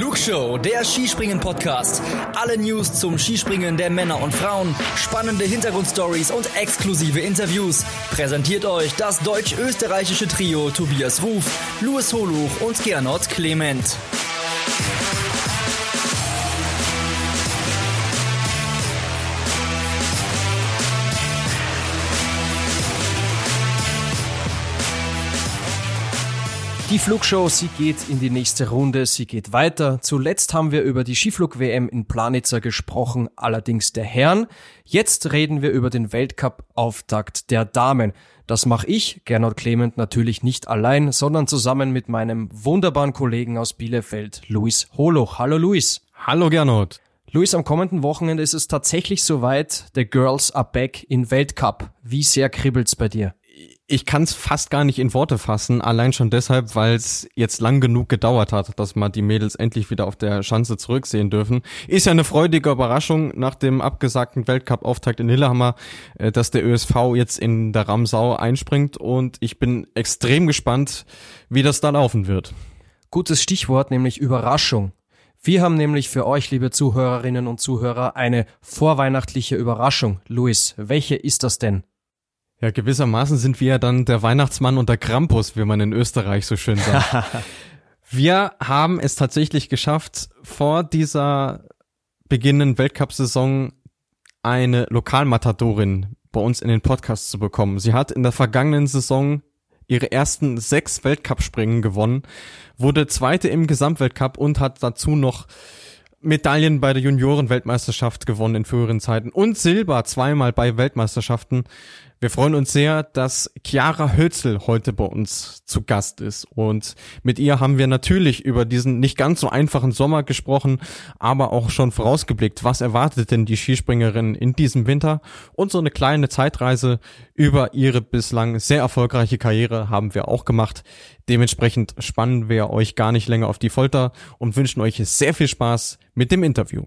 Flugshow, der Skispringen-Podcast. Alle News zum Skispringen der Männer und Frauen, spannende Hintergrundstories und exklusive Interviews. Präsentiert euch das deutsch-österreichische Trio Tobias Ruf, Louis Holuch und Gernot Clement. Die Flugshow, sie geht in die nächste Runde, sie geht weiter. Zuletzt haben wir über die Skiflug-WM in Planica gesprochen, allerdings der Herren. Jetzt reden wir über den Weltcup-Auftakt der Damen. Das mache ich, Gernot Clement, natürlich nicht allein, sondern zusammen mit meinem wunderbaren Kollegen aus Bielefeld, Louis Holuch. Hallo Louis. Hallo Gernot. Louis, am kommenden Wochenende ist es tatsächlich soweit, the Girls are back in Weltcup. Wie sehr kribbelt's bei dir? Ich kann es fast gar nicht in Worte fassen, allein schon deshalb, weil es jetzt lang genug gedauert hat, dass mal die Mädels endlich wieder auf der Schanze zurücksehen dürfen. Ist ja eine freudige Überraschung nach dem abgesagten Weltcup-Auftakt in Lillehammer, dass der ÖSV jetzt in der Ramsau einspringt, und ich bin extrem gespannt, wie das da laufen wird. Gutes Stichwort, nämlich Überraschung. Wir haben nämlich für euch, liebe Zuhörerinnen und Zuhörer, eine vorweihnachtliche Überraschung. Louis, welche ist das denn? Ja, gewissermaßen sind wir ja dann der Weihnachtsmann und der Krampus, wie man in Österreich so schön sagt. Wir haben es tatsächlich geschafft, vor dieser beginnenden Weltcup-Saison eine Lokalmatadorin bei uns in den Podcast zu bekommen. Sie hat in der vergangenen Saison ihre ersten 6 Weltcup-Springen gewonnen, wurde Zweite im Gesamtweltcup und hat dazu noch Medaillen bei der Junioren-Weltmeisterschaft gewonnen in früheren Zeiten und Silber zweimal bei Weltmeisterschaften. Wir freuen uns sehr, dass Chiara Hölzel heute bei uns zu Gast ist, und mit ihr haben wir natürlich über diesen nicht ganz so einfachen Sommer gesprochen, aber auch schon vorausgeblickt, was erwartet denn die Skispringerin in diesem Winter, und so eine kleine Zeitreise über ihre bislang sehr erfolgreiche Karriere haben wir auch gemacht. Dementsprechend spannen wir euch gar nicht länger auf die Folter und wünschen euch sehr viel Spaß mit dem Interview.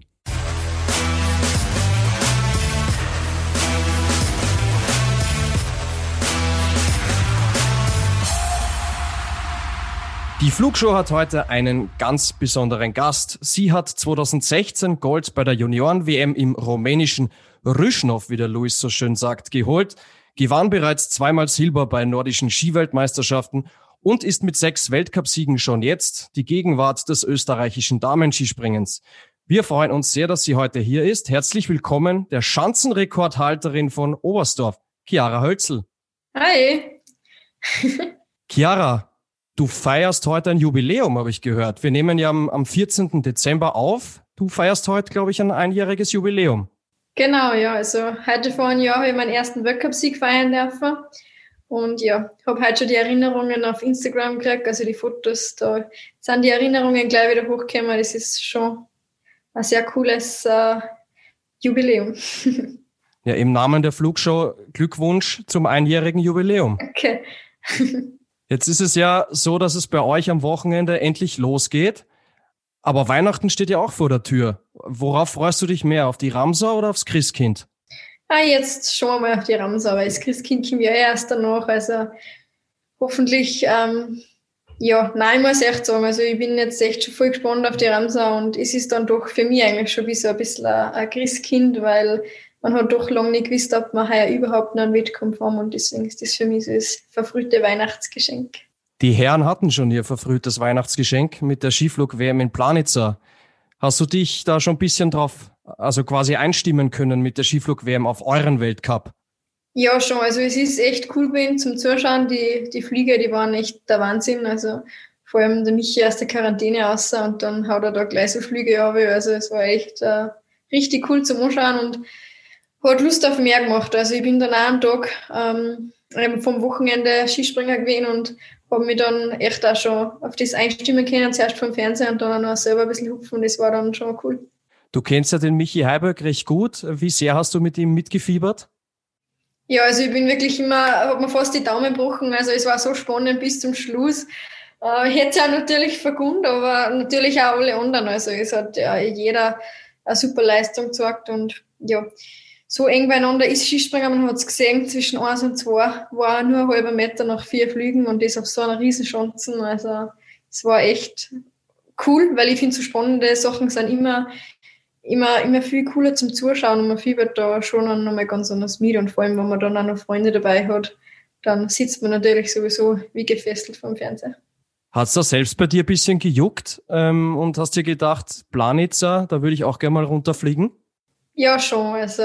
Die Flugshow hat heute einen ganz besonderen Gast. Sie hat 2016 Gold bei der Junioren-WM im rumänischen Râșnov, wie der Louis so schön sagt, geholt, gewann bereits zweimal Silber bei nordischen Skiweltmeisterschaften und ist mit 6 Weltcupsiegen schon jetzt die Gegenwart des österreichischen Damenskispringens. Wir freuen uns sehr, dass sie heute hier ist. Herzlich willkommen, der Schanzenrekordhalterin von Oberstdorf, Chiara Hölzel. Hi. Chiara, du feierst heute ein Jubiläum, habe ich gehört. Wir nehmen ja am 14. Dezember auf. Du feierst heute, glaube ich, ein einjähriges Jubiläum. Genau, ja. Also heute vor einem Jahr habe ich meinen ersten Weltcup-Sieg feiern dürfen. Und ja, habe heute schon die Erinnerungen auf Instagram gekriegt, also die Fotos. Da sind die Erinnerungen gleich wieder hochgekommen. Das ist schon ein sehr cooles Jubiläum. Ja, im Namen der Flugshow Glückwunsch zum einjährigen Jubiläum. Okay. Jetzt ist es ja so, dass es bei euch am Wochenende endlich losgeht. Aber Weihnachten steht ja auch vor der Tür. Worauf freust du dich mehr? Auf die Ramsau oder aufs Christkind? Jetzt schon mal auf die Ramsau, weil das Christkind kommt ja erst danach. Also hoffentlich, ich muss echt sagen, also ich bin jetzt echt schon voll gespannt auf die Ramsau, und es ist dann doch für mich eigentlich schon wie so ein bisschen ein Christkind, weil man hat doch lange nicht gewusst, ob wir heuer überhaupt noch einen Wettkampf haben, und deswegen ist das für mich so das verfrühte Weihnachtsgeschenk. Die Herren hatten schon ihr verfrühtes Weihnachtsgeschenk mit der Skiflug-WM in Planica. Hast du dich da schon ein bisschen drauf, also quasi einstimmen können mit der Skiflug-WM auf euren Weltcup? Ja, schon. Also es ist echt cool bei ihnen zum Zuschauen. Die Flieger, die waren echt der Wahnsinn. Also vor allem der Michi aus der Quarantäne raus, und dann haut er da gleich so Flüge ab. Also es war echt richtig cool zum Anschauen und hat Lust auf mehr gemacht. Also ich bin dann auch einen Tag vom Wochenende Skispringer gewesen und habe mich dann echt auch schon auf das einstimmen können, zuerst vom Fernsehen und dann auch noch selber ein bisschen hupfen. Das war dann schon cool. Du kennst ja den Michi Heiberg recht gut. Wie sehr hast du mit ihm mitgefiebert? Ja, also ich bin wirklich habe mir fast die Daumen gebrochen. Also es war so spannend bis zum Schluss. Ich hätte es ja natürlich vergönnt, aber natürlich auch alle anderen. Also es hat ja jeder eine super Leistung gezeigt, und ja, so eng beieinander ist Skispringen. Man hat es gesehen, zwischen 1 und 2 war nur ein halber Meter nach 4 Flügen, und das auf so einer Riesenschanze. Also es war echt cool, weil ich finde, so spannende Sachen sind immer viel cooler zum Zuschauen und man fiebert da schon nochmal ganz anders mit und vor allem, wenn man dann auch noch Freunde dabei hat, dann sitzt man natürlich sowieso wie gefesselt vom Fernseher. Hat's da selbst bei dir ein bisschen gejuckt und hast dir gedacht, Planica, da würde ich auch gerne mal runterfliegen? Ja, schon. Also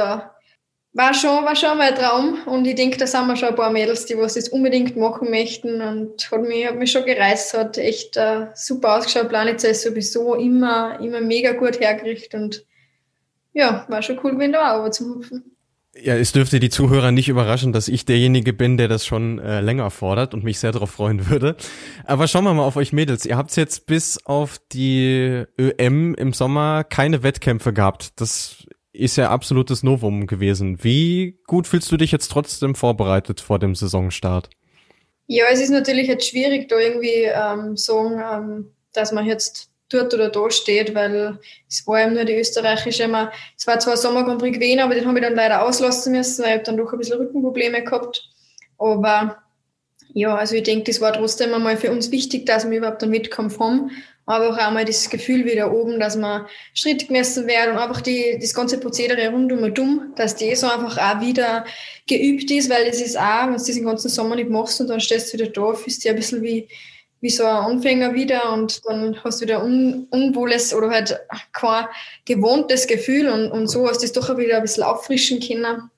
war schon mein Traum und ich denke, da sind wir schon ein paar Mädels, die was das unbedingt machen möchten und hat mich schon gereizt, hat echt super ausgeschaut. Planica ist sowieso immer mega gut hergerichtet und ja, war schon cool, wenn da auch zu hupfen. Ja, es dürfte die Zuhörer nicht überraschen, dass ich derjenige bin, der das schon länger fordert und mich sehr darauf freuen würde. Aber schauen wir mal auf euch Mädels. Ihr habt jetzt bis auf die ÖM im Sommer keine Wettkämpfe gehabt. Das ist ja absolutes Novum gewesen. Wie gut fühlst du dich jetzt trotzdem vorbereitet vor dem Saisonstart? Ja, es ist natürlich jetzt schwierig, da irgendwie sagen, dass man jetzt dort oder da steht, weil es war eben nur die österreichische. Es war zwar Sommer Grand Prix gewesen, aber den habe ich dann leider auslassen müssen, weil ich dann doch ein bisschen Rückenprobleme gehabt. Aber ja, also ich denke, das war trotzdem einmal für uns wichtig, dass wir überhaupt einen Wettkampf haben. Aber auch einmal das Gefühl wieder oben, dass man Schritt gemessen wird und einfach das ganze Prozedere rundum und dumm, dass das einfach auch wieder geübt ist, weil das ist auch, wenn du diesen ganzen Sommer nicht machst und dann stehst du wieder da, fühlst du dich ein bisschen wie so ein Anfänger wieder und dann hast du wieder unwohles oder halt kein gewohntes Gefühl und so hast du das doch wieder ein bisschen auffrischen können.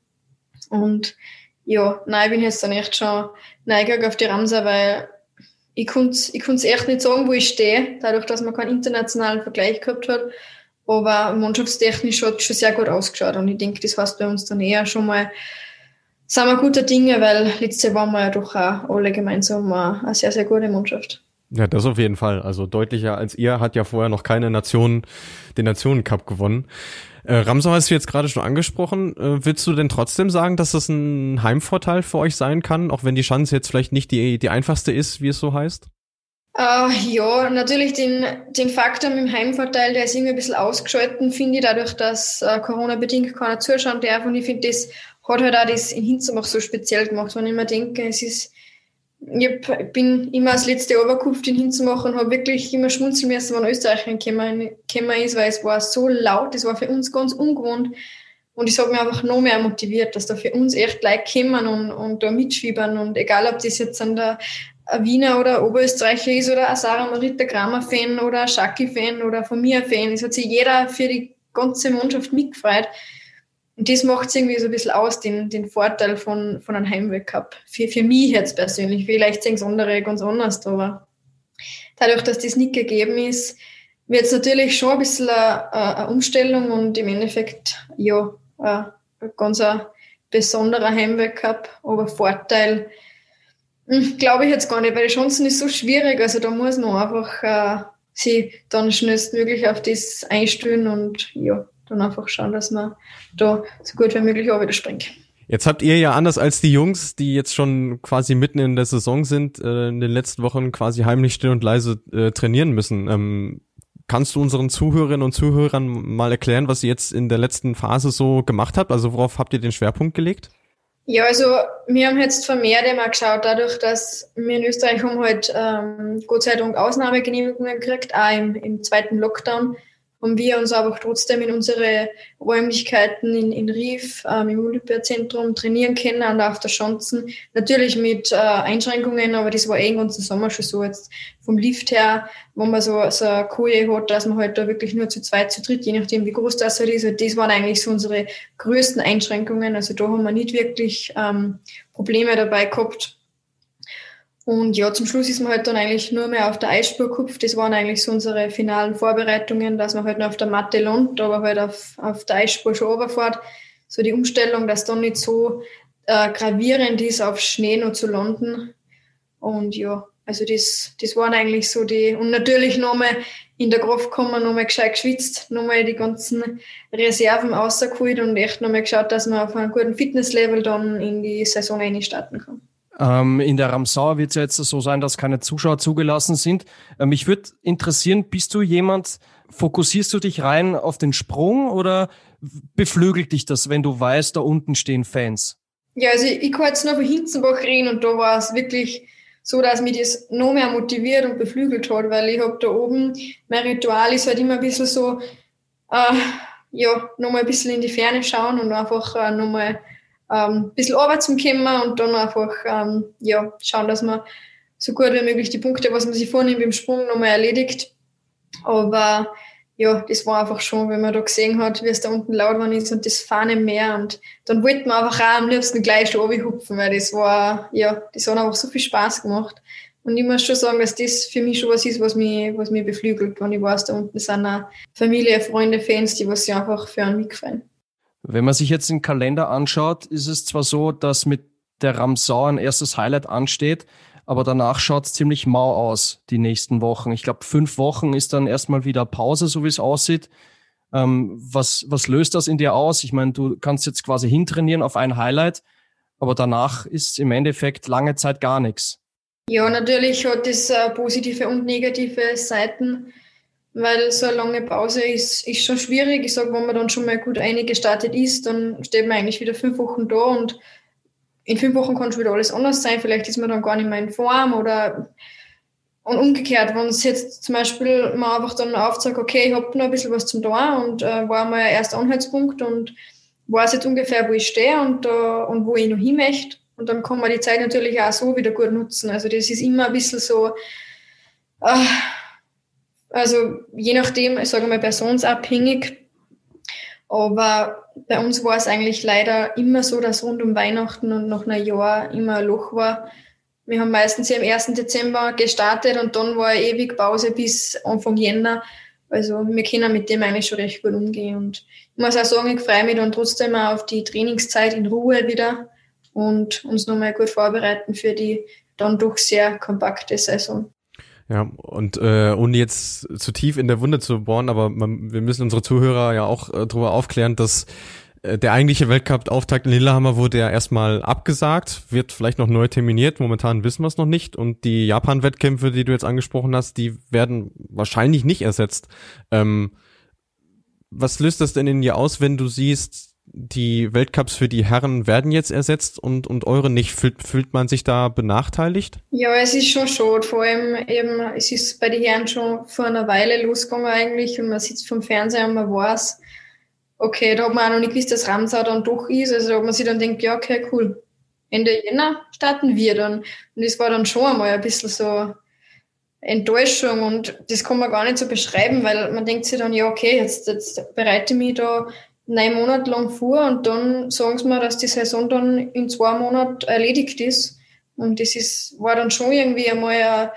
Und ja, nein, ich bin jetzt dann echt schon neugierig auf die Ramsau, weil ich konnte echt nicht sagen, wo ich stehe, dadurch, dass man keinen internationalen Vergleich gehabt hat. Aber mannschaftstechnisch hat es schon sehr gut ausgeschaut und ich denke, das heißt bei uns dann eher schon mal, sind wir guter Dinge, weil letztes Jahr waren wir ja doch auch alle gemeinsam eine sehr, sehr gute Mannschaft. Ja, das auf jeden Fall. Also deutlicher als ihr hat ja vorher noch keine Nation den Nationencup gewonnen. Ramsau hast du jetzt gerade schon angesprochen. Willst du denn trotzdem sagen, dass das ein Heimvorteil für euch sein kann, auch wenn die Chance jetzt vielleicht nicht die einfachste ist, wie es so heißt? Ja, natürlich den Faktor mit dem Heimvorteil, der ist irgendwie ein bisschen ausgeschalten, finde ich, dadurch, dass Corona-bedingt keiner zuschauen darf. Und ich finde, das hat halt auch das in Hinzenbach so speziell gemacht, wenn ich mir denke, ich bin immer als letzte Oberkupft in Hinzenbach und habe wirklich immer schmunzeln müssen, wenn Österreich gekommen ist, weil es war so laut, das war für uns ganz ungewohnt. Und das hat mich einfach noch mehr motiviert, dass da für uns echt Leute kommen und da mitschwiebern. Und egal, ob das jetzt an der Wiener oder Oberösterreicher ist oder ein Sarah Marita Kramer-Fan oder ein Schaki-Fan oder von mir ein Fan, es hat sich jeder für die ganze Mannschaft mitgefreut. Und das macht es irgendwie so ein bisschen aus, den Vorteil von einem Heimweltcup. Für mich jetzt persönlich. Vielleicht sehen es andere ganz anders, aber dadurch, dass das nicht gegeben ist, wird es natürlich schon ein bisschen eine Umstellung und im Endeffekt, ja, ein ganz besonderer Heimweltcup, aber Vorteil, glaube ich jetzt gar nicht, weil die Chancen ist so schwierig, also da muss man einfach sich dann schnellstmöglich auf das einstellen und ja, dann einfach schauen, dass man da so gut wie möglich auch wieder springt. Jetzt habt ihr ja anders als die Jungs, die jetzt schon quasi mitten in der Saison sind, in den letzten Wochen quasi heimlich still und leise trainieren müssen. Kannst du unseren Zuhörerinnen und Zuhörern mal erklären, was ihr jetzt in der letzten Phase so gemacht habt? Also worauf habt ihr den Schwerpunkt gelegt? Ja, also wir haben jetzt vermehrt immer geschaut, dadurch, dass wir in Österreich haben halt Gott sei Dank Ausnahmegenehmigungen gekriegt, auch im zweiten Lockdown haben wir uns aber trotzdem in unsere Räumlichkeiten in Rief, im Olympiazentrum trainieren können und auf der Schanzen. Natürlich mit Einschränkungen, aber das war den ganzen Sommer schon so. Jetzt vom Lift her, wo man so eine Koje hat, dass man halt da wirklich nur zu zweit, zu dritt, je nachdem wie groß das halt ist. Und das waren eigentlich so unsere größten Einschränkungen. Also da haben wir nicht wirklich Probleme dabei gehabt. Und ja, zum Schluss ist man halt dann eigentlich nur mehr auf der Eisspur gekupft. Das waren eigentlich so unsere finalen Vorbereitungen, dass man halt noch auf der Matte landet, aber halt auf der Eisspur schon runterfährt. So die Umstellung, dass dann nicht so gravierend ist, auf Schnee noch zu landen. Und ja, also das waren eigentlich so die, und natürlich nochmal in der Kraft kommen, nochmal gescheit geschwitzt, nochmal die ganzen Reserven rausgeholt und echt nochmal geschaut, dass man auf einem guten Fitnesslevel dann in die Saison starten kann. In der Ramsau wird es ja jetzt so sein, dass keine Zuschauer zugelassen sind. Mich würde interessieren, bist du jemand, fokussierst du dich rein auf den Sprung oder beflügelt dich das, wenn du weißt, da unten stehen Fans? Ja, also ich kann jetzt noch von Hinzenbach reden und da war es wirklich so, dass mich das noch mehr motiviert und beflügelt hat, weil ich habe da oben, mein Ritual ist halt immer ein bisschen so, nochmal ein bisschen in die Ferne schauen und einfach nochmal ein bisschen Arbeit zum Kommen und dann einfach schauen, dass man so gut wie möglich die Punkte, was man sich vornimmt im Sprung, nochmal erledigt. Aber ja, das war einfach schon, wenn man da gesehen hat, wie es da unten laut war ist und das Fahnenmeer und dann wollten wir einfach auch am liebsten gleich schon runterhupfen, weil das hat einfach so viel Spaß gemacht. Und ich muss schon sagen, dass das für mich schon was ist, was mich beflügelt, wenn ich weiß, da unten sind auch Familie, Freunde, Fans, die was sich einfach für einen mitfreuen. Wenn man sich jetzt den Kalender anschaut, ist es zwar so, dass mit der Ramsau ein erstes Highlight ansteht, aber danach schaut es ziemlich mau aus, die nächsten Wochen. Ich glaube, 5 Wochen ist dann erstmal wieder Pause, so wie es aussieht. Was löst das in dir aus? Ich meine, du kannst jetzt quasi hintrainieren auf ein Highlight, aber danach ist im Endeffekt lange Zeit gar nichts. Ja, natürlich hat das positive und negative Seiten, weil so eine lange Pause ist schon schwierig. Ich sage, wenn man dann schon mal gut eingestartet ist, dann steht man eigentlich wieder 5 Wochen da und in 5 Wochen kann schon wieder alles anders sein. Vielleicht ist man dann gar nicht mehr in Form und umgekehrt, wenn es jetzt zum Beispiel man einfach dann aufzeigt, okay, ich habe noch ein bisschen was zum tun und war mal ein erster Anhaltspunkt und weiß jetzt ungefähr, wo ich stehe und wo ich noch hin möchte. Und dann kann man die Zeit natürlich auch so wieder gut nutzen. Also das ist immer ein bisschen so, also je nachdem, ich sage mal, personsabhängig. Aber bei uns war es eigentlich leider immer so, dass rund um Weihnachten und nach einem Jahr immer ein Loch war. Wir haben meistens ja am 1. Dezember gestartet und dann war ewig Pause bis Anfang Jänner. Also wir können mit dem eigentlich schon recht gut umgehen. Und ich muss auch sagen, ich freue mich dann trotzdem auch auf die Trainingszeit in Ruhe wieder und uns nochmal gut vorbereiten für die dann doch sehr kompakte Saison. Ja, und ohne jetzt zu tief in der Wunde zu bohren, aber wir müssen unsere Zuhörer ja auch darüber aufklären, dass der eigentliche Weltcup-Auftakt in Lillehammer wurde ja erstmal abgesagt, wird vielleicht noch neu terminiert, momentan wissen wir es noch nicht und die Japan-Wettkämpfe, die du jetzt angesprochen hast, die werden wahrscheinlich nicht ersetzt. Was löst das denn in dir aus, wenn du siehst, die Weltcups für die Herren werden jetzt ersetzt und eure nicht? Fühlt man sich da benachteiligt? Ja, es ist schon schade. Vor allem eben, es ist bei den Herren schon vor einer Weile losgegangen eigentlich und man sitzt vom Fernseher und man weiß, okay, da hat man auch noch nicht gewusst, dass Ramsau dann doch ist. Also da hat man sich dann denkt, ja, okay, cool. Ende Jänner starten wir dann. Und das war dann schon einmal ein bisschen so Enttäuschung und das kann man gar nicht so beschreiben, weil man denkt sich dann, ja, okay, jetzt bereite ich mich da 9 Monate lang vor und dann sagen sie mir, dass die Saison dann in 2 Monaten erledigt ist. Und das war dann schon irgendwie einmal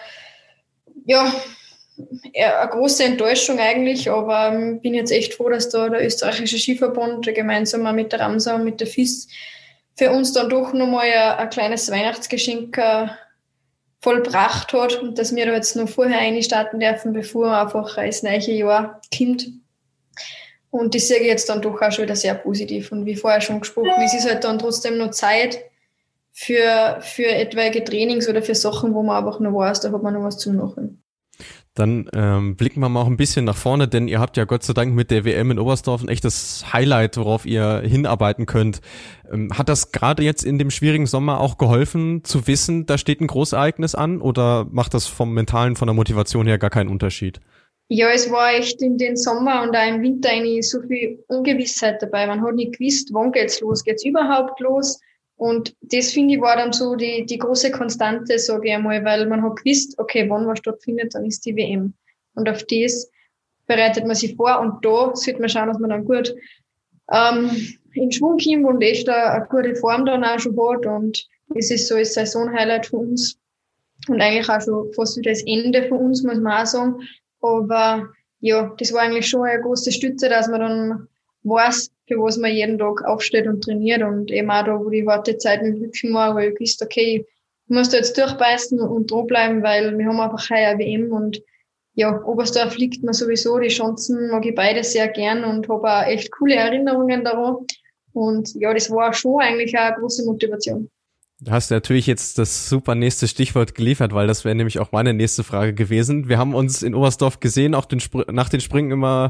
eine große Enttäuschung eigentlich, aber ich bin jetzt echt froh, dass da der österreichische Skiverband gemeinsam mit der Ramsau und mit der FIS für uns dann doch nochmal ein kleines Weihnachtsgeschenk vollbracht hat und dass wir da jetzt noch vorher einstarten dürfen, bevor einfach das neue Jahr kommt. Und das sehe ich jetzt dann doch auch schon wieder sehr positiv. Und wie vorher schon gesprochen, es ist halt dann trotzdem noch Zeit für etwaige Trainings oder für Sachen, wo man einfach noch weiß, da hat man noch was zum Machen. Dann blicken wir mal auch ein bisschen nach vorne, denn ihr habt ja Gott sei Dank mit der WM in Oberstdorf ein echtes Highlight, worauf ihr hinarbeiten könnt. Hat das gerade jetzt in dem schwierigen Sommer auch geholfen, zu wissen, da steht ein Großereignis an oder macht das vom Mentalen, von der Motivation her gar keinen Unterschied? Ja, es war echt in den Sommer und auch im Winter eigentlich so viel Ungewissheit dabei. Man hat nicht gewusst, wann geht's los, geht's überhaupt los? Und das, finde ich, war dann so die große Konstante, sage ich einmal, weil man hat gewusst, okay, wann was stattfindet, dann ist die WM. Und auf das bereitet man sich vor und da sollte man schauen, dass man dann gut in Schwung kommt und echt eine gute Form dann auch schon hat. Und es ist so ein Saisonhighlight für uns und eigentlich auch schon fast wieder das Ende für uns, muss man auch sagen. Aber ja, das war eigentlich schon eine große Stütze, dass man dann weiß, für was man jeden Tag aufsteht und trainiert und eben auch da, wo die harte Zeit mit Rücken war, wo ich gewusst, okay, ich muss da jetzt durchbeißen und dranbleiben, weil wir haben einfach heuer WM und ja, Oberstdorf liegt mir sowieso, die Chancen mag ich beide sehr gern und habe auch echt coole Erinnerungen daran und ja, das war schon eigentlich auch eine große Motivation. Du hast natürlich jetzt das super nächste Stichwort geliefert, weil das wäre nämlich auch meine nächste Frage gewesen. Wir haben uns in Oberstdorf gesehen, auch nach den Springen immer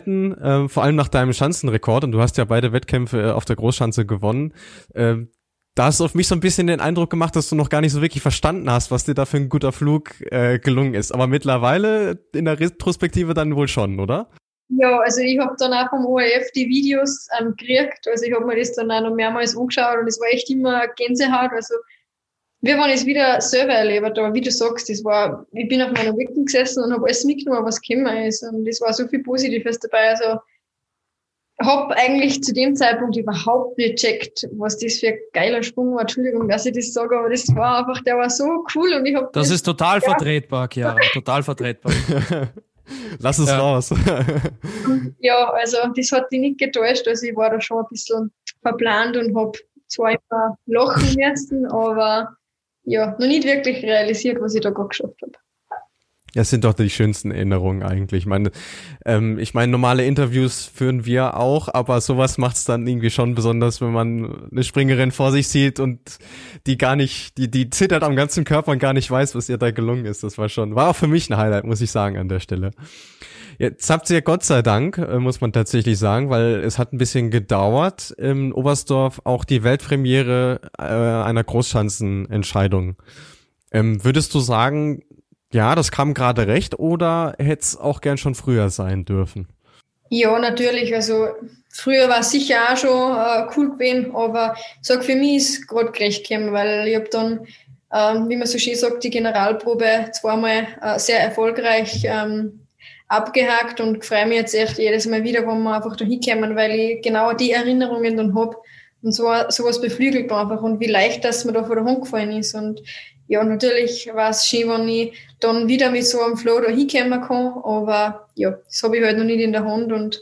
unterhalten, vor allem nach deinem Schanzenrekord und du hast ja beide Wettkämpfe auf der Großschanze gewonnen. da hast du auf mich so ein bisschen den Eindruck gemacht, dass du noch gar nicht so wirklich verstanden hast, was dir da für ein guter Flug gelungen ist. Aber mittlerweile in der Retrospektive dann wohl schon, oder? Ja, also ich habe dann auch vom ORF die Videos gekriegt. Also ich habe mir das dann auch noch mehrmals angeschaut und es war echt immer Gänsehaut. Also wir waren es wieder selber erlebt, aber wie du sagst, ich bin auf meiner Rücken gesessen und habe alles mitgenommen, was gekommen ist. Und es war so viel Positives dabei. Also habe eigentlich zu dem Zeitpunkt überhaupt nicht gecheckt, was das für ein geiler Sprung war. Entschuldigung, dass ich das sage, aber das war einfach, der war so cool und ich habe das ist total vertretbar, Chiara, total vertretbar. Lass es raus. Ja, also das hat mich nicht getäuscht, also ich war da schon ein bisschen verplant und habe zwar immer lachen müssen, aber ja, noch nicht wirklich realisiert, was ich da gerade geschafft habe. Das sind doch die schönsten Erinnerungen eigentlich. Ich meine, normale Interviews führen wir auch, aber sowas macht's dann irgendwie schon besonders, wenn man eine Springerin vor sich sieht und die gar nicht, die zittert am ganzen Körper und gar nicht weiß, was ihr da gelungen ist. Das war auch für mich ein Highlight, muss ich sagen, an der Stelle. Jetzt habt ihr Gott sei Dank, muss man tatsächlich sagen, weil es hat ein bisschen gedauert, in Oberstdorf auch die Weltpremiere einer Großschanzenentscheidung. Würdest du sagen, ja, das kam gerade recht, oder hätte es auch gern schon früher sein dürfen? Ja, natürlich. Also früher war es sicher auch schon cool gewesen, aber ich sag, für mich ist gerade gerecht gekommen, weil ich habe dann, wie man so schön sagt, die Generalprobe zweimal sehr erfolgreich abgehakt und freue mich jetzt echt jedes Mal wieder, wenn wir einfach da hinkommen, weil ich genau die Erinnerungen dann hab und sowas beflügelt man einfach und wie leicht, dass man da vor der Hand gefallen ist. Und ja, natürlich war es schön, wenn ich dann wieder mit so einem Flow da hinkommen kann, aber ja, das habe ich halt noch nicht in der Hand und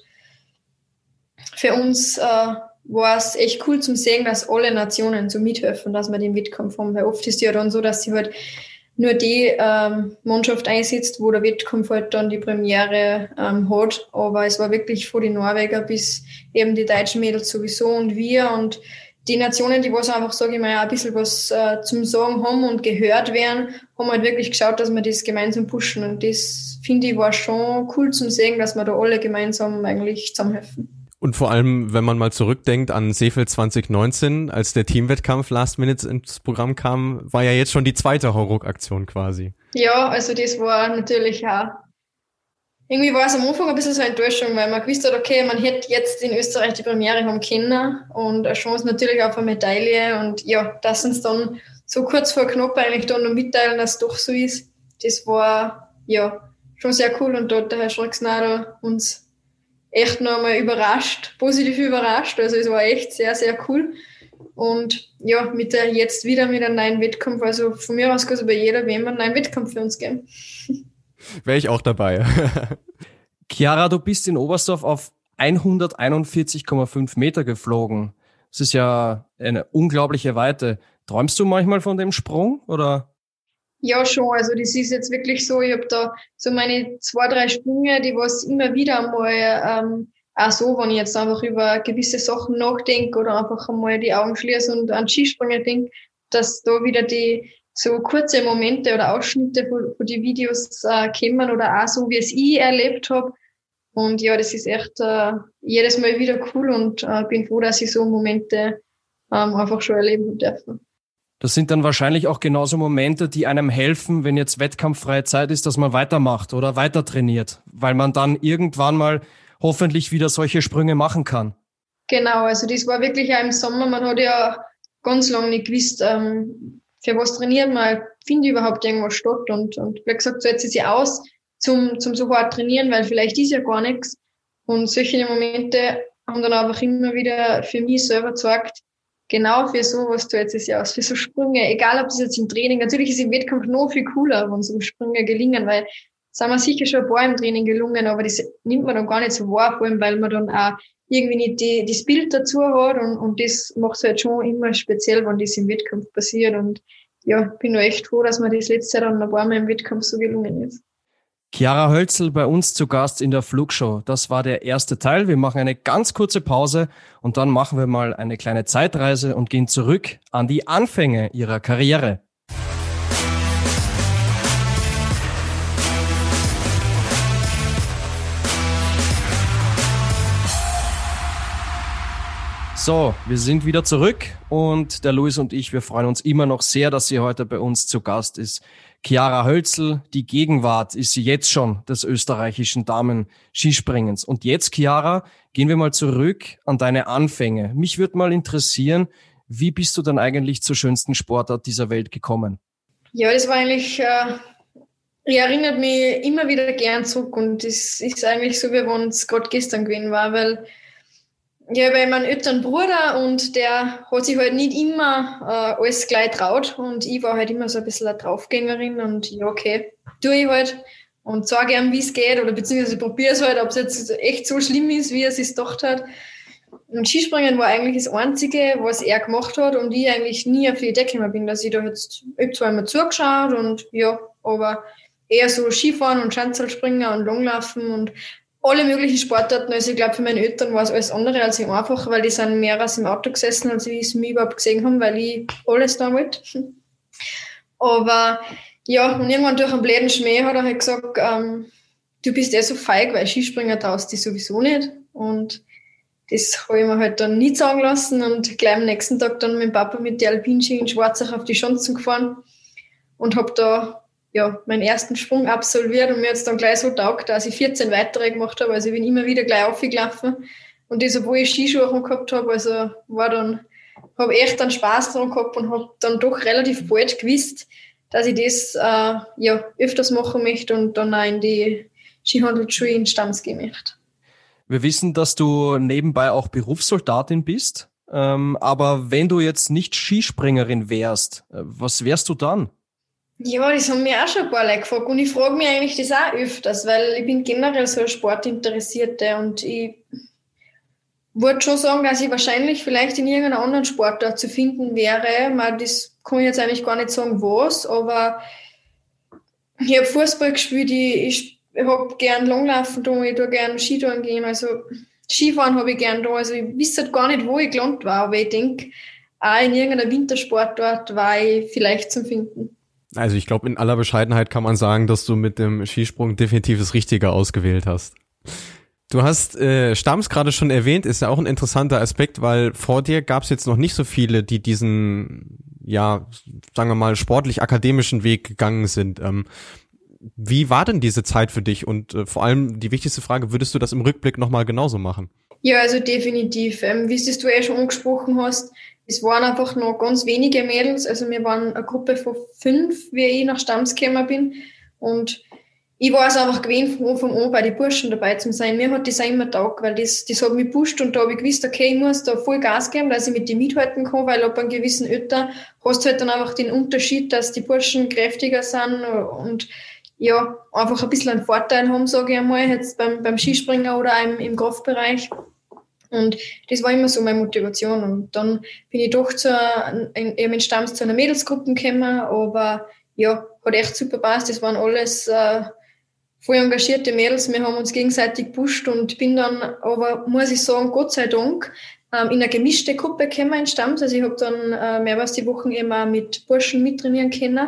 für uns war es echt cool zum sehen, dass alle Nationen so mithelfen, dass wir den Wettkampf haben, weil oft ist es ja dann so, dass sie halt nur die Mannschaft einsetzt, wo der Wettkampf halt dann die Premiere hat, aber es war wirklich von den Norweger bis eben die deutschen Mädels sowieso und wir und die Nationen, die was einfach, sage ich mal, ein bisschen was zum Sagen haben und gehört werden, haben halt wirklich geschaut, dass wir das gemeinsam pushen. Und das, finde ich, war schon cool zum sehen, dass wir da alle gemeinsam eigentlich zusammenhelfen. Und vor allem, wenn man mal zurückdenkt an Seefeld 2019, als der Teamwettkampf Last Minute ins Programm kam, war ja jetzt schon die zweite Hauruck-Aktion quasi. Ja, also das war natürlich auch. Irgendwie war es am Anfang ein bisschen so eine Enttäuschung, weil man gewusst hat, okay, man hätte jetzt in Österreich die Premiere haben können und eine Chance natürlich auf eine Medaille und ja, dass uns dann so kurz vor knapp eigentlich dann noch mitteilen, dass es doch so ist, das war ja schon sehr cool und da hat der Herr Schrocksnader uns echt noch einmal überrascht, positiv überrascht, also es war echt sehr, sehr cool und ja, jetzt wieder mit einem neuen Wettkampf, also von mir aus kann es bei jeder WM einen neuen Wettkampf für uns geben. Wäre ich auch dabei. Chiara, du bist in Oberstdorf auf 141,5 Meter geflogen. Das ist ja eine unglaubliche Weite. Träumst du manchmal von dem Sprung, oder? Ja, schon. Also das ist jetzt wirklich so, ich habe da so meine 2-3 Sprünge, die was immer wieder einmal auch so, wenn ich jetzt einfach über gewisse Sachen nachdenke oder einfach einmal die Augen schließe und an Skisprünge denke, dass da wieder die so kurze Momente oder Ausschnitte von die Videos kommen oder auch so, wie es ich erlebt habe. Und ja, das ist echt jedes Mal wieder cool und bin froh, dass ich so Momente einfach schon erleben dürfen. Das sind dann wahrscheinlich auch genauso Momente, die einem helfen, wenn jetzt wettkampffreie Zeit ist, dass man weitermacht oder weiter trainiert, weil man dann irgendwann mal hoffentlich wieder solche Sprünge machen kann. Genau, also das war wirklich auch im Sommer. Man hat ja ganz lange nicht gewusst, für was trainiert man, findet überhaupt irgendwas statt und wie gesagt, so jetzt ist sie aus zum so hart trainieren, weil vielleicht ist ja gar nichts und solche Momente haben dann einfach immer wieder für mich selber gezeigt, genau für sowas tut es ja aus, für so Sprünge, egal ob das jetzt im Training, natürlich ist im Wettkampf noch viel cooler, wenn so Sprünge gelingen, weil sind wir sicher schon ein paar im Training gelungen, aber das nimmt man dann gar nicht so wahr, vor allem, weil man dann auch irgendwie nicht das Bild dazu hat und das macht es halt schon immer speziell, wenn das im Wettkampf passiert und ja, bin nur echt froh, dass mir das letzte Jahr dann ein paar Mal im Wettkampf so gelungen ist. Chiara Hölzl bei uns zu Gast in der Flugshow. Das war der erste Teil. Wir machen eine ganz kurze Pause und dann machen wir mal eine kleine Zeitreise und gehen zurück an die Anfänge ihrer Karriere. So, wir sind wieder zurück und der Luis und ich, wir freuen uns immer noch sehr, dass sie heute bei uns zu Gast ist. Chiara Hölzl, die Gegenwart ist sie jetzt schon des österreichischen Damen-Skispringens. Und jetzt, Chiara, gehen wir mal zurück an deine Anfänge. Mich würde mal interessieren, wie bist du dann eigentlich zur schönsten Sportart dieser Welt gekommen? Ja, das war eigentlich, erinnert mich immer wieder gern zurück und das ist eigentlich so, wie wenn es gerade gestern gewesen war, weil ja, bei meinem älteren Bruder und der hat sich halt nicht immer alles gleich traut und ich war halt immer so ein bisschen eine Draufgängerin und ja, okay, tue ich halt und sage ihm, wie es geht oder beziehungsweise probiere es halt, ob es jetzt echt so schlimm ist, wie er es sich gedacht hat. Und Skispringen war eigentlich das Einzige, was er gemacht hat und ich eigentlich nie auf die Idee gekommen bin, dass ich da jetzt, ich habe zwar immer zugeschaut und ja, aber eher so Skifahren und Schanzlspringen und Langlaufen und alle möglichen Sportarten. Also ich glaube, für meine Eltern war es alles andere als einfach, weil die sind mehr als im Auto gesessen, als wie sie mich überhaupt gesehen haben, weil ich alles da wollte. Aber ja, und irgendwann durch einen blöden Schmäh hat er halt gesagt, du bist so feig, weil Skispringen traust dich sowieso nicht. Und das habe ich mir halt dann nicht sagen lassen und gleich am nächsten Tag dann mit dem Papa mit der Alpinski in Schwarzach auf die Schanzen gefahren und habe da meinen ersten Sprung absolviert und mir hat es dann gleich so taugt, dass ich 14 weitere gemacht habe. Also ich bin immer wieder gleich aufgelaufen und das, obwohl ich Skischuhe gehabt habe, also habe echt dann Spaß dran gehabt und habe dann doch relativ bald gewusst, dass ich das öfters machen möchte und dann auch in die Skihandelsschule in Stams gehen möchte. Wir wissen, dass du nebenbei auch Berufssoldatin bist, aber wenn du jetzt nicht Skispringerin wärst, was wärst du dann? Ja, das haben mir auch schon ein paar Leute gefragt und ich frage mich eigentlich das auch öfters, weil ich bin generell so eine Sportinteressierte und ich würde schon sagen, dass ich wahrscheinlich vielleicht in irgendeiner anderen Sportart zu finden wäre. Das kann ich jetzt eigentlich gar nicht sagen, was, aber ich habe Fußball gespielt, ich habe gern Langlaufen da, ich tue gern Skitouren gehen, also Skifahren habe ich gern da, also ich wüsste halt gar nicht, wo ich gelandet war, aber ich denke, auch in irgendeiner Wintersportart war ich vielleicht zum Finden. Also ich glaube, in aller Bescheidenheit kann man sagen, dass du mit dem Skisprung definitiv das Richtige ausgewählt hast. Du hast Stams gerade schon erwähnt, ist ja auch ein interessanter Aspekt, weil vor dir gab es jetzt noch nicht so viele, die diesen, ja, sagen wir mal, sportlich-akademischen Weg gegangen sind. Wie war denn diese Zeit für dich? Und vor allem die wichtigste Frage, würdest du das im Rückblick nochmal genauso machen? Ja, also definitiv. Wie es du schon angesprochen hast, es waren einfach noch ganz wenige Mädels. Also wir waren eine Gruppe von 5, wie ich nach Stams gekommen bin. Und ich war es einfach gewöhnt, von Anfang an bei den Burschen dabei zu sein. Mir hat das auch immer getaugt, weil das hat mich gepusht und da habe ich gewusst, okay, ich muss da voll Gas geben, dass ich mit dem mithalten kann, weil ab einem gewissen Alter hast du halt dann einfach den Unterschied, dass die Burschen kräftiger sind und ja, einfach ein bisschen einen Vorteil haben, sage ich einmal, jetzt beim Skispringen oder im Kraftbereich. Und das war immer so meine Motivation. Und dann bin ich doch in Stams zu einer Mädelsgruppe gekommen, aber ja, hat echt super gepasst. Das waren alles voll engagierte Mädels. Wir haben uns gegenseitig gepusht und bin dann, aber muss ich sagen, Gott sei Dank, in eine gemischte Gruppe gekommen in Stams. Also ich habe dann mehrmals die Wochen eben auch mit Burschen mittrainieren können.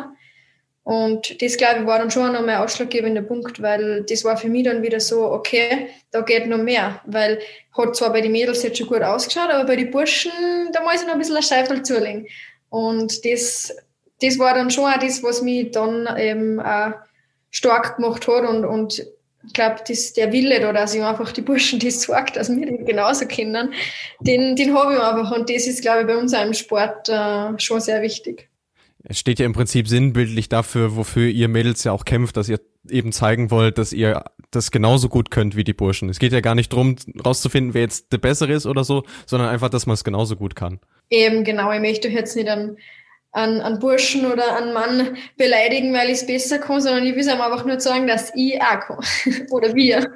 Und das, glaube ich, war dann schon noch mein ausschlaggebender Punkt, weil das war für mich dann wieder so, okay, da geht noch mehr, weil hat zwar bei den Mädels jetzt schon gut ausgeschaut, aber bei den Burschen, da muss ich noch ein bisschen ein Scheifel zulegen. Und das war dann schon auch das, was mich dann eben auch stark gemacht hat und ich glaube, der Wille da, dass ich einfach die Burschen das sagt, dass wir den genauso kennen, den habe ich einfach und das ist, glaube ich, bei uns auch im Sport schon sehr wichtig. Es steht ja im Prinzip sinnbildlich dafür, wofür ihr Mädels ja auch kämpft, dass ihr eben zeigen wollt, dass ihr das genauso gut könnt wie die Burschen. Es geht ja gar nicht drum, rauszufinden, wer jetzt der Bessere ist oder so, sondern einfach, dass man es genauso gut kann. Eben, genau. Ich möchte jetzt nicht an Burschen oder an Mann beleidigen, weil ich es besser kann, sondern ich will es einfach nur sagen, dass ich auch kann. Oder wir.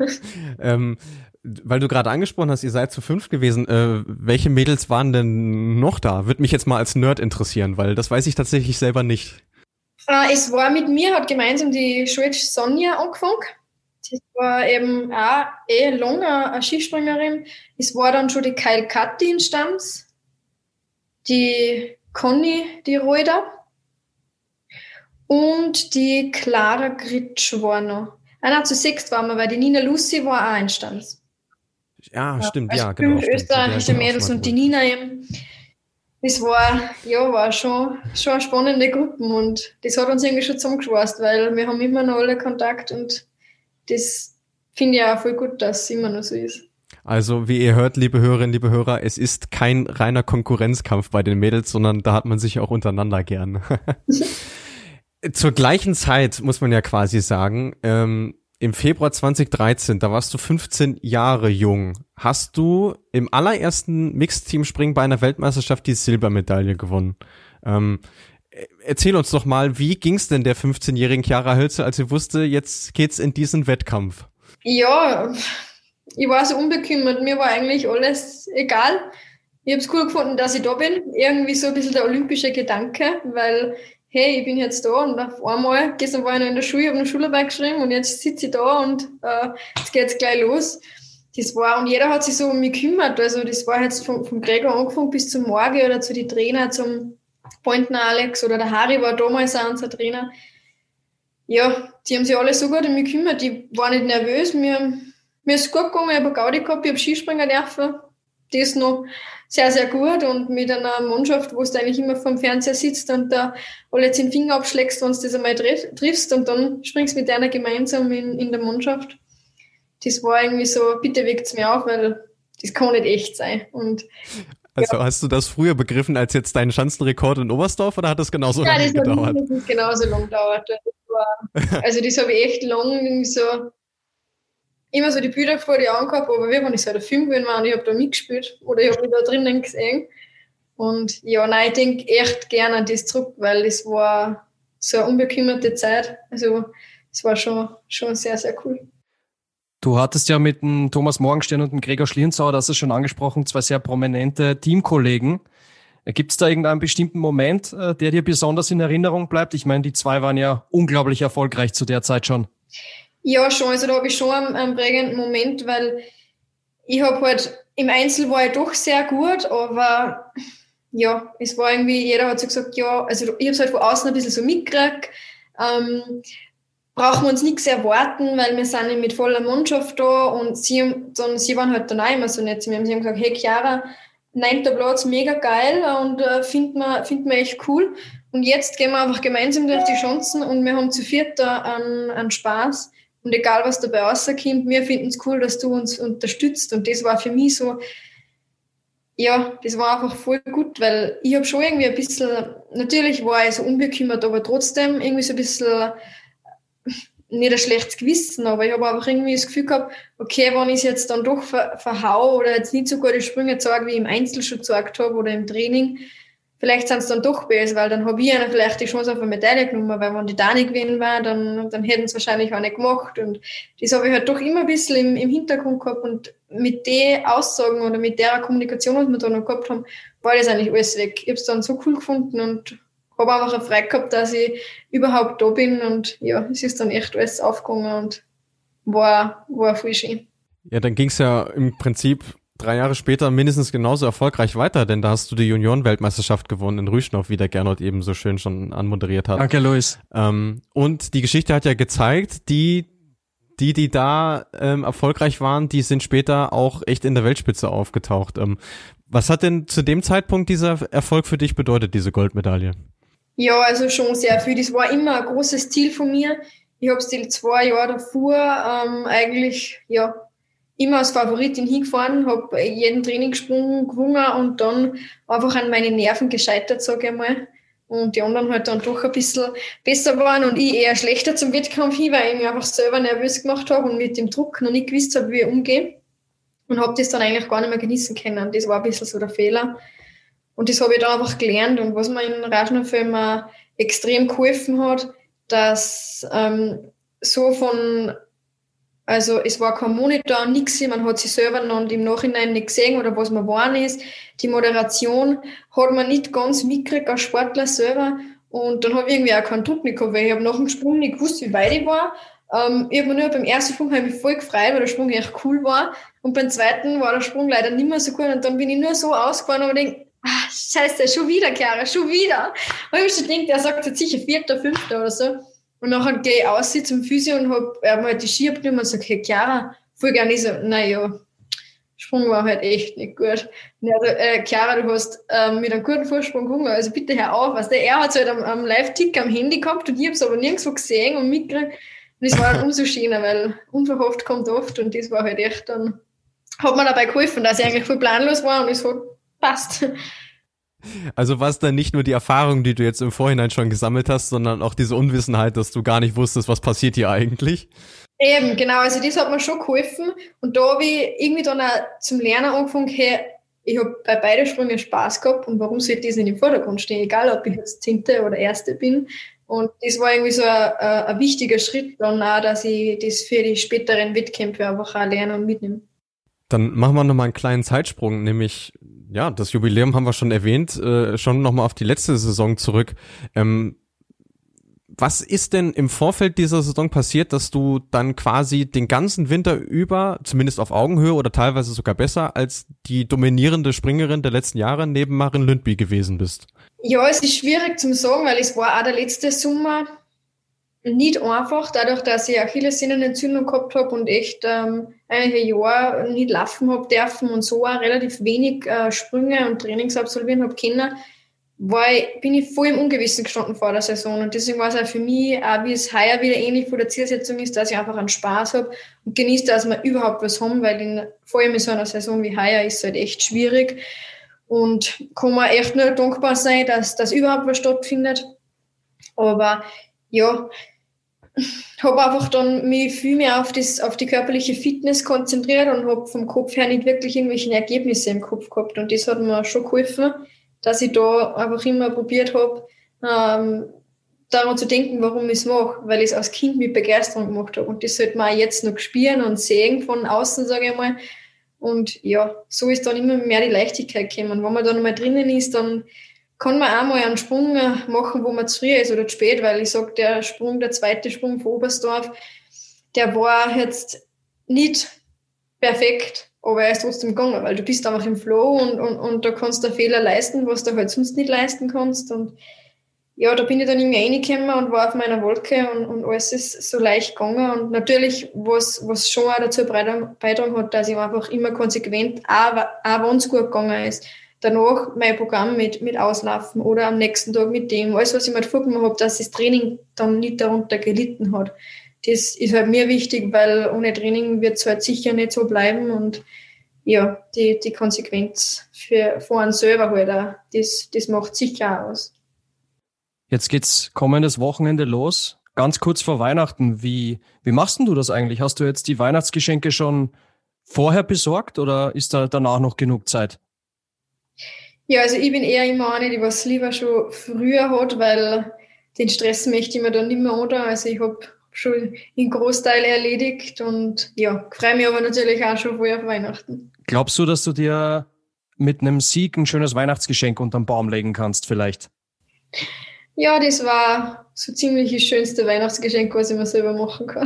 Weil du gerade angesprochen hast, ihr seid zu 5 gewesen. Welche Mädels waren denn noch da? Würde mich jetzt mal als Nerd interessieren, weil das weiß ich tatsächlich selber nicht. Es war mit mir, hat gemeinsam die Schwedische Sonja angefangen. Das war eben auch lange eine Skispringerin. Es war dann schon die Kyle Katti in Stams, die Conny, die Reuter und die Clara Gritsch war noch. Zu 6 waren wir, weil die Nina Lucy war auch in Stams. Ja, stimmt, also ja, genau. 5 österreichische Mädels und die Nina eben. Das war schon eine spannende Gruppe und das hat uns irgendwie schon zusammengeschweißt, weil wir haben immer noch alle Kontakt und das finde ich auch voll gut, dass es immer noch so ist. Also, wie ihr hört, liebe Hörerinnen, liebe Hörer, es ist kein reiner Konkurrenzkampf bei den Mädels, sondern da hat man sich auch untereinander gern. Zur gleichen Zeit, muss man ja quasi sagen, im Februar 2013, da warst du 15 Jahre jung, hast du im allerersten Mixteam-Springen bei einer Weltmeisterschaft die Silbermedaille gewonnen. Erzähl uns doch mal, wie ging's denn der 15-jährigen Chiara Hölzer, als sie wusste, jetzt geht's in diesen Wettkampf? Ja, ich war so unbekümmert. Mir war eigentlich alles egal. Ich habe es cool gefunden, dass ich da bin. Irgendwie so ein bisschen der olympische Gedanke, weil, hey, ich bin jetzt da und auf einmal, gestern war ich noch in der Schule, habe eine Schularbeit geschrieben und jetzt sitze ich da und jetzt geht's gleich los. Und jeder hat sich so um mich gekümmert. Also das war jetzt vom Gregor angefangen bis zum Morgen oder zu den Trainer, zum Pointner Alex oder der Harry war damals auch unser Trainer. Ja, die haben sich alle so gut um mich gekümmert. Ich war nicht nervös. Mir ist es gut gegangen, ich habe eine Gaudi gehabt, ich habe Skispringen dürfen. Die ist noch sehr, sehr gut und mit einer Mannschaft, wo du eigentlich immer vor dem Fernseher sitzt und da alle 10 Finger abschlägst, wenn du das einmal triffst und dann springst du mit einer gemeinsam in der Mannschaft. Das war irgendwie so, bitte weckt's mir auf, weil das kann nicht echt sein. Und also hast du das früher begriffen als jetzt deinen Schanzenrekord in Oberstdorf oder hat das genauso lange gedauert? Nein, das hat genauso lang gedauert. Also das habe ich echt lang so immer so die Bilder vor die Augen gehabt, aber wie wenn ich so der Film gewesen war und ich habe da mitgespielt oder ich habe mich da drinnen gesehen. Und ja, nein, ich denke echt gerne an das zurück, weil das war so eine unbekümmerte Zeit. Also es war schon sehr, sehr cool. Du hattest ja mit dem Thomas Morgenstern und dem Gregor Schlierenzauer, das ist schon angesprochen, 2 sehr prominente Teamkollegen. Gibt es da irgendeinen bestimmten Moment, der dir besonders in Erinnerung bleibt? Ich meine, die 2 waren ja unglaublich erfolgreich zu der Zeit schon. Ja, schon. Also da habe ich schon einen prägenden Moment, weil ich habe halt, im Einzel war ich doch sehr gut, aber ja, es war irgendwie, jeder hat so gesagt, ja, also ich habe es halt von außen ein bisschen so mitgekriegt, brauchen wir uns nichts erwarten, weil wir sind mit voller Mannschaft da und sie waren halt dann auch immer so nett zu mir. Sie haben gesagt, hey Chiara, 9. Platz, mega geil und finden wir echt cool. Und jetzt gehen wir einfach gemeinsam durch die Chancen und wir haben zu 4. einen Spaß. Und egal, was dabei rauskommt, wir finden es cool, dass du uns unterstützt. Und das war für mich so, ja, das war einfach voll gut, weil ich habe schon irgendwie ein bisschen, natürlich war ich so unbekümmert, aber trotzdem irgendwie so ein bisschen, nicht ein schlechtes Gewissen, aber ich habe einfach irgendwie das Gefühl gehabt, okay, wenn ich es jetzt dann doch verhau oder jetzt nicht so gute Sprünge zeige, wie ich im Einzel schon gezeigt habe oder im Training, vielleicht sind es dann doch besser, weil dann habe ich einer vielleicht die Chance auf eine Medaille genommen, weil wenn die da nicht gewinnen war, dann hätten es wahrscheinlich auch nicht gemacht und das habe ich halt doch immer ein bisschen im Hintergrund gehabt und mit den Aussagen oder mit der Kommunikation, was wir da noch gehabt haben, war das eigentlich alles weg. Ich habe es dann so cool gefunden und habe einfach eine Freude gehabt, dass ich überhaupt da bin und ja, es ist dann echt alles aufgegangen und war voll schön. Ja, dann ging es ja im Prinzip 3 Jahre später mindestens genauso erfolgreich weiter, denn da hast du die Junioren-Weltmeisterschaft gewonnen in Rüschnow, wie der Gernot eben so schön schon anmoderiert hat. Danke, Luis. Und die Geschichte hat ja gezeigt, die da erfolgreich waren, die sind später auch echt in der Weltspitze aufgetaucht. Was hat denn zu dem Zeitpunkt dieser Erfolg für dich bedeutet, diese Goldmedaille? Ja, also schon sehr viel. Das war immer ein großes Ziel von mir. Ich habe es die 2 Jahre davor eigentlich ja immer als Favoritin hingefahren, habe jeden Trainingssprung gewonnen und dann einfach an meine Nerven gescheitert, sage ich mal. Und die anderen halt dann doch ein bisschen besser waren und ich eher schlechter zum Wettkampf hin, weil ich mich einfach selber nervös gemacht habe und mit dem Druck noch nicht gewusst habe, wie ich umgehe. Und habe das dann eigentlich gar nicht mehr genießen können. Das war ein bisschen so der Fehler. Und das habe ich dann einfach gelernt. Und was mir in Raschnow immer extrem geholfen hat, dass also es war kein Monitor, nichts, man hat sich selber noch im Nachhinein nicht gesehen oder was man geworden ist. Die Moderation hat man nicht ganz mitgekriegt als Sportler selber. Und dann habe ich irgendwie auch keinen Druck mehr gehabt, weil ich habe nach dem Sprung nicht gewusst, wie weit ich war. Ich habe mir nur beim ersten Sprung mich voll gefreut, weil der Sprung echt cool war. Und beim zweiten war der Sprung leider nicht mehr so cool. Und dann bin ich nur so ausgefahren und denke, scheiße, schon wieder, Chiara, schon wieder. Und ich habe schon gedacht, er sagt jetzt sicher 4., 5. oder so. Und nachher gehe ich raus zum Physio und habe halt die Ski abgenommen und sage, hey Chiara, voll gerne. Ich so, naja, Sprung war halt echt nicht gut. Ja, also, Chiara, du hast mit einem guten Vorsprung gewonnen, also bitte hör auf. Weißt du, er hat es halt am Live-Tick am Handy gehabt und ich habe es aber nirgendwo gesehen und mitgekriegt. Und es war dann umso schöner, weil unverhofft kommt oft und das war halt echt dann, hat mir dabei geholfen, dass ich eigentlich voll planlos war und es hat passt. Also war es dann nicht nur die Erfahrung, die du jetzt im Vorhinein schon gesammelt hast, sondern auch diese Unwissenheit, dass du gar nicht wusstest, was passiert hier eigentlich? Eben, genau, also das hat mir schon geholfen und da habe ich irgendwie dann auch zum Lernen angefangen, hey, ich habe bei beiden Sprüngen Spaß gehabt und warum sollte das nicht im Vordergrund stehen, egal ob ich jetzt 10. oder 1. bin. Und das war irgendwie so ein wichtiger Schritt dann auch, dass ich das für die späteren Wettkämpfe einfach auch lerne und mitnehme. Dann machen wir nochmal einen kleinen Zeitsprung, nämlich, ja, das Jubiläum haben wir schon erwähnt, schon nochmal auf die letzte Saison zurück. Was ist denn im Vorfeld dieser Saison passiert, dass du dann quasi den ganzen Winter über, zumindest auf Augenhöhe oder teilweise sogar besser, als die dominierende Springerin der letzten Jahre neben Maren Lündby gewesen bist? Ja, es ist schwierig zu sagen, weil es war auch der letzte Sommer nicht einfach, dadurch, dass ich Achillessehnenentzündung gehabt habe und echt einige Jahre nicht laufen habe dürfen und so auch relativ wenig Sprünge und Trainings absolvieren habe können, bin ich voll im Ungewissen gestanden vor der Saison. Und deswegen war es auch für mich, auch wie es heuer wieder ähnlich von der Zielsetzung ist, dass ich einfach einen Spaß habe und genieße, dass wir überhaupt was haben, weil vor allem in so einer Saison wie heuer ist es halt echt schwierig. Und kann man echt nur dankbar sein, dass überhaupt was stattfindet. Aber ja, habe einfach dann mich viel mehr auf die körperliche Fitness konzentriert und habe vom Kopf her nicht wirklich irgendwelche Ergebnisse im Kopf gehabt. Und das hat mir schon geholfen, dass ich da einfach immer probiert habe, daran zu denken, warum ich es mache, weil ich es als Kind mit Begeisterung gemacht habe. Und das sollte man auch jetzt noch spüren und sehen von außen, sage ich mal. Und ja, so ist dann immer mehr die Leichtigkeit gekommen. Und wenn man dann mal drinnen ist, dann kann man auch mal einen Sprung machen, wo man zu früh ist oder zu spät, weil ich sage, der zweite Sprung von Oberstdorf, der war jetzt nicht perfekt, aber er ist trotzdem gegangen, weil du bist einfach im Flow und da kannst du Fehler leisten, was du halt sonst nicht leisten kannst. Und ja, da bin ich dann irgendwie reingekommen und war auf meiner Wolke und alles ist so leicht gegangen. Und natürlich, was schon auch dazu beitragen hat, dass ich einfach immer konsequent, auch wenn es gut gegangen ist, danach mein Programm mit auslaufen oder am nächsten Tag mit dem. Alles, was ich mir vorgenommen habe, dass das Training dann nicht darunter gelitten hat. Das ist halt mir wichtig, weil ohne Training wird es halt sicher nicht so bleiben und ja, die Konsequenz von einem selber halt auch, das macht sicher auch aus. Jetzt geht's kommendes Wochenende los, ganz kurz vor Weihnachten. Wie machst denn du das eigentlich? Hast du jetzt die Weihnachtsgeschenke schon vorher besorgt oder ist da danach noch genug Zeit? Ja, also ich bin eher immer eine, die was lieber schon früher hat, weil den Stress möchte ich mir dann nicht mehr oder. Also ich habe schon den Großteil erledigt und ja, freue mich aber natürlich auch schon vorher auf Weihnachten. Glaubst du, dass du dir mit einem Sieg ein schönes Weihnachtsgeschenk unterm Baum legen kannst vielleicht? Ja, das war so ziemlich das schönste Weihnachtsgeschenk, was ich mir selber machen kann.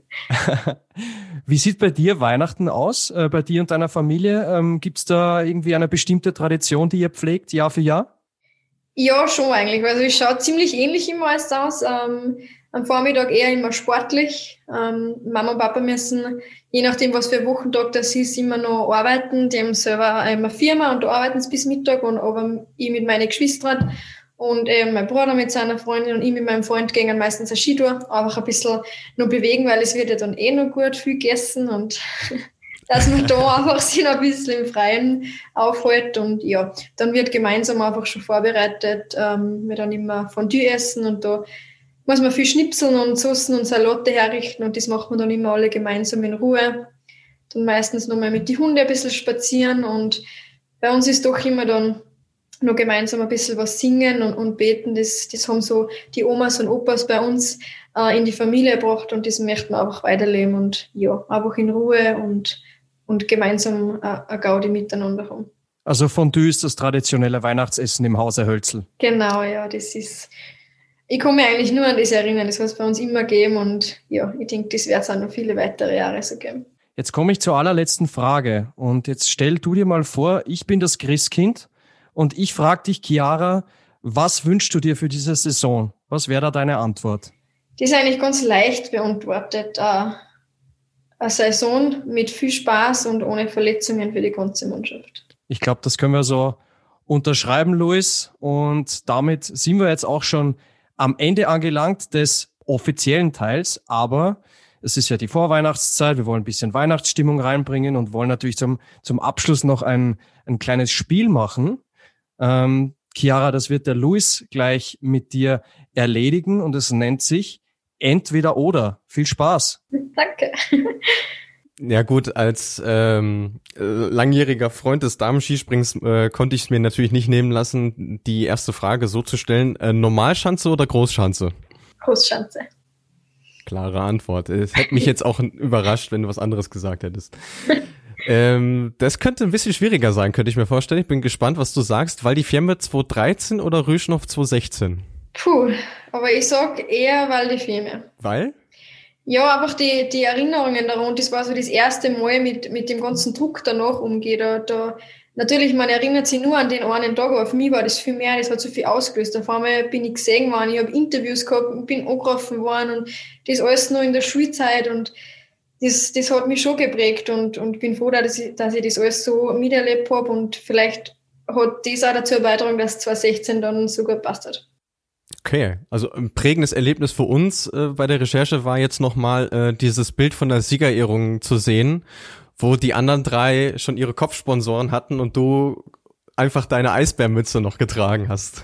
Wie sieht bei dir Weihnachten aus, bei dir und deiner Familie? Gibt's da irgendwie eine bestimmte Tradition, die ihr pflegt, Jahr für Jahr? Ja, schon eigentlich. Also es schaut ziemlich ähnlich immer alles aus. Am Vormittag eher immer sportlich. Mama und Papa müssen, je nachdem, was für ein Wochentag das ist, immer noch arbeiten. Die haben selber eine Firma und da arbeiten sie bis Mittag und aber ich mit meinen Geschwistern und mein Bruder mit seiner Freundin und ich mit meinem Freund gehen meistens eine Skitour. Einfach ein bisschen noch bewegen, weil es wird ja dann eh noch gut viel gegessen und dass man da einfach sich noch ein bisschen im Freien aufhält und ja, dann wird gemeinsam einfach schon vorbereitet. Wir dann immer Fondue essen und da muss man viel Schnipseln und Soßen und Salate herrichten und das machen wir dann immer alle gemeinsam in Ruhe. Dann meistens nochmal mit den Hunden ein bisschen spazieren und bei uns ist doch immer dann noch gemeinsam ein bisschen was singen und beten. Das haben so die Omas und Opas bei uns in die Familie gebracht und das möchten wir einfach weiterleben und ja, einfach in Ruhe und gemeinsam eine Gaudi miteinander haben. Also Fondue ist das traditionelle Weihnachtsessen im Hause Hölzl. Genau, ja, das ist... Ich kann mich eigentlich nur an das erinnern, das hat es bei uns immer gegeben und ja, ich denke, das wird es auch noch viele weitere Jahre so geben. Jetzt komme ich zur allerletzten Frage und jetzt stell du dir mal vor, ich bin das Christkind und ich frage dich, Chiara, was wünschst du dir für diese Saison? Was wäre da deine Antwort? Das ist eigentlich ganz leicht beantwortet. eine Saison mit viel Spaß und ohne Verletzungen für die ganze Mannschaft. Ich glaube, das können wir so unterschreiben, Luis. Und damit sind wir jetzt auch schon am Ende angelangt des offiziellen Teils. Aber es ist ja die Vorweihnachtszeit. Wir wollen ein bisschen Weihnachtsstimmung reinbringen und wollen natürlich zum Abschluss noch ein kleines Spiel machen. Chiara, das wird der Luis gleich mit dir erledigen und es nennt sich Entweder oder. Viel Spaß. Danke. Ja gut, als langjähriger Freund des Damenskisprings konnte ich es mir natürlich nicht nehmen lassen, die erste Frage so zu stellen. Normalschanze oder Großschanze? Großschanze. Klare Antwort. Es hätte mich jetzt auch überrascht, wenn du was anderes gesagt hättest. Das könnte ein bisschen schwieriger sein, könnte ich mir vorstellen. Ich bin gespannt, was du sagst. Val di Fiemme 2013 oder Rüschnow 2016? Puh, aber ich sag eher Val di Fiemme. Weil? Ja, einfach die Erinnerungen daran, das war so das erste Mal mit dem ganzen Druck danach umgeht. Natürlich, man erinnert sich nur an den einen Tag, aber für mich war das viel mehr, das hat so viel ausgelöst. Auf einmal bin ich gesehen worden, ich habe Interviews gehabt, bin angerufen worden und das alles noch in der Schulzeit und das hat mich schon geprägt und bin froh, dass ich das alles so miterlebt habe und vielleicht hat das auch dazu beigetragen, dass 2016 dann so gut passt hat. Okay, also ein prägendes Erlebnis für uns bei der Recherche war jetzt nochmal dieses Bild von der Siegerehrung zu sehen, wo die anderen drei schon ihre Kopfsponsoren hatten und du einfach deine Eisbärmütze noch getragen hast.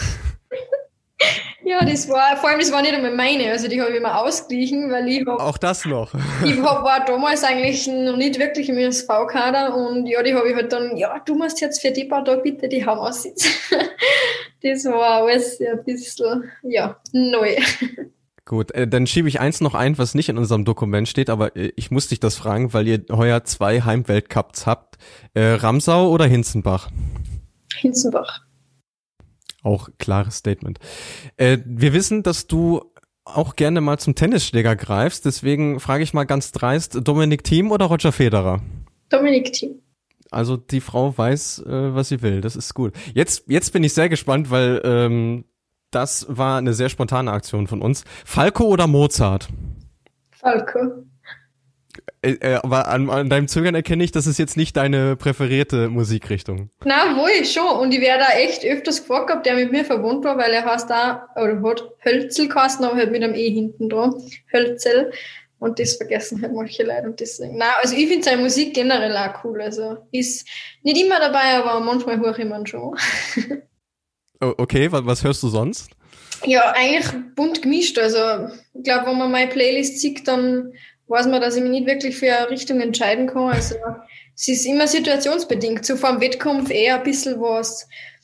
Ja, vor allem das war nicht einmal meine, also die habe ich immer ausgeglichen, weil auch das noch. war damals eigentlich noch nicht wirklich im SV-Kader und ja, die habe ich halt dann, ja, du musst jetzt für die paar Tage bitte die Haum aussitzen. Das war alles ein bisschen, ja, neu. Gut, dann schiebe ich eins noch ein, was nicht in unserem Dokument steht, aber ich muss dich das fragen, weil ihr heuer 2 Heimweltcups habt. Ramsau oder Hinzenbach? Hinzenbach. Auch klares Statement. Wir wissen, dass du auch gerne mal zum Tennisschläger greifst, deswegen frage ich mal ganz dreist, Dominic Thiem oder Roger Federer? Dominic Thiem. Also die Frau weiß, was sie will, das ist gut. Jetzt bin ich sehr gespannt, weil das war eine sehr spontane Aktion von uns. Falco oder Mozart? Falco. Aber an deinem Zögern erkenne ich, das ist jetzt nicht deine präferierte Musikrichtung. Na, wohl schon. Und ich werde da echt öfters gefragt gehabt, der mit mir verbunden war, weil er heißt da, oder hat Hölzel geheißen, aber halt mit einem E hinten dran. Hölzel. Und das vergessen halt manche Leute. Und deswegen, na, also ich finde seine Musik generell auch cool. Also ist nicht immer dabei, aber manchmal höre ich man schon. Okay, was hörst du sonst? Ja, eigentlich bunt gemischt. Also ich glaube, wenn man meine Playlist sieht, dann weiß man, dass ich mich nicht wirklich für eine Richtung entscheiden kann. Also es ist immer situationsbedingt. So vor dem Wettkampf eher ein bisschen was,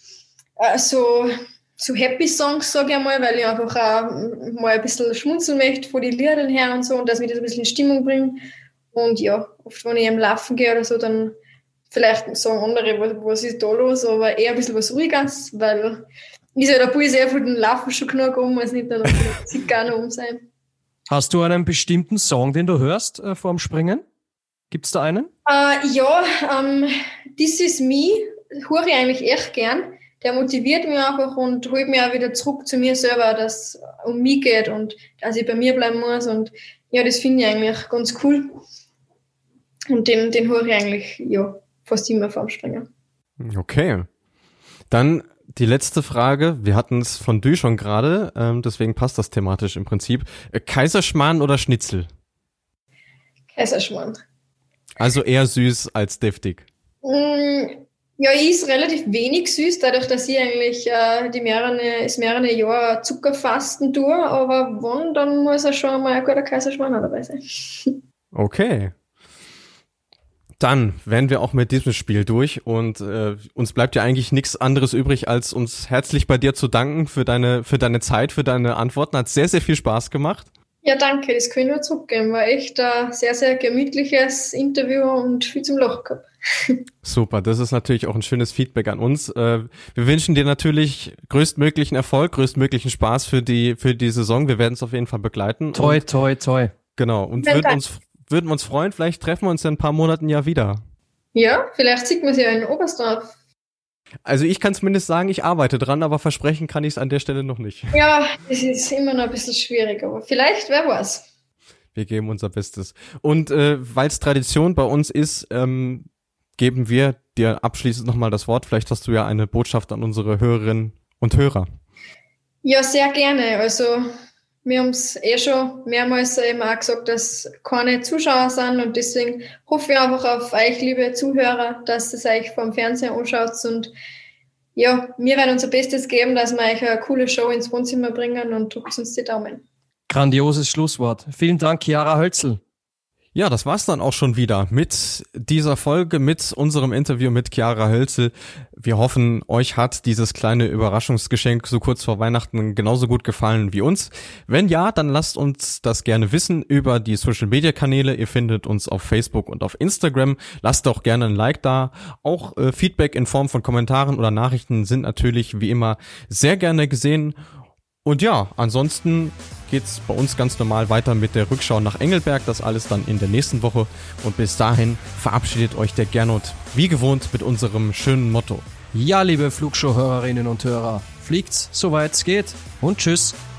so Happy Songs, sage ich einmal, weil ich einfach auch mal ein bisschen schmunzeln möchte von den Liedern her und so und dass mich das ein bisschen in Stimmung bringt. Und ja, oft, wenn ich im Laufen gehe oder so, dann vielleicht sagen andere, was ist da los, aber eher ein bisschen was Ruhiges, weil ist ja der Puls sehr von den Laufen schon genug um, als nicht dann auf die Musik gar noch um sein. Hast du einen bestimmten Song, den du hörst vorm Springen? Gibt's da einen? This Is Me höre ich eigentlich echt gern. Der motiviert mich einfach und holt mich auch wieder zurück zu mir selber, dass es um mich geht und dass ich bei mir bleiben muss. Und ja, das finde ich eigentlich ganz cool. Und den höre ich eigentlich ja, fast immer vorm Springen. Okay. Dann die letzte Frage. Wir hatten es von Du schon gerade, deswegen passt das thematisch im Prinzip. Kaiserschmarrn oder Schnitzel? Kaiserschmarrn. Also eher süß als deftig. Ja, ich ist relativ wenig süß, dadurch, dass ich eigentlich mehrere Jahre Zuckerfasten tue, aber wenn, dann muss er schon mal ein guter Kaiserschmarrn dabei sein. Okay. Dann wären wir auch mit diesem Spiel durch und uns bleibt ja eigentlich nichts anderes übrig, als uns herzlich bei dir zu danken für deine Zeit, für deine Antworten. Hat sehr, sehr viel Spaß gemacht. Ja, danke, das kann ich nur zurückgeben. War echt ein sehr, sehr gemütliches Interview und viel zum Lachen gehabt. Super, das ist natürlich auch ein schönes Feedback an uns. Wir wünschen dir natürlich größtmöglichen Erfolg, größtmöglichen Spaß für die Saison. Wir werden es auf jeden Fall begleiten. Toi, toi, toi. Genau, und würden wir uns freuen, vielleicht treffen wir uns in ein paar Monaten ja wieder. Ja, vielleicht sieht man sich ja in Oberstdorf. Also ich kann zumindest sagen, ich arbeite dran, aber versprechen kann ich es an der Stelle noch nicht. Ja, das ist immer noch ein bisschen schwierig, aber vielleicht, wer weiß. Wir geben unser Bestes. Und weil es Tradition bei uns ist, geben wir dir abschließend nochmal das Wort. Vielleicht hast du ja eine Botschaft an unsere Hörerinnen und Hörer. Ja, sehr gerne. Also wir haben es schon mehrmals eben auch gesagt, dass keine Zuschauer sind und deswegen hoffe ich einfach auf euch, liebe Zuhörer, dass ihr es euch vom Fernsehen anschaut und ja, wir werden unser Bestes geben, dass wir euch eine coole Show ins Wohnzimmer bringen und drückt uns die Daumen. Grandioses Schlusswort. Vielen Dank, Chiara Hölzl. Ja, das war's dann auch schon wieder mit dieser Folge, mit unserem Interview mit Chiara Hölzl. Wir hoffen, euch hat dieses kleine Überraschungsgeschenk so kurz vor Weihnachten genauso gut gefallen wie uns. Wenn ja, dann lasst uns das gerne wissen über die Social-Media-Kanäle. Ihr findet uns auf Facebook und auf Instagram. Lasst auch gerne ein Like da. Auch Feedback in Form von Kommentaren oder Nachrichten sind natürlich wie immer sehr gerne gesehen. Und ja, ansonsten geht's bei uns ganz normal weiter mit der Rückschau nach Engelberg. Das alles dann in der nächsten Woche. Und bis dahin verabschiedet euch der Gernot wie gewohnt mit unserem schönen Motto. Ja, liebe Flugshow-Hörerinnen und Hörer, fliegt's, soweit es geht und tschüss.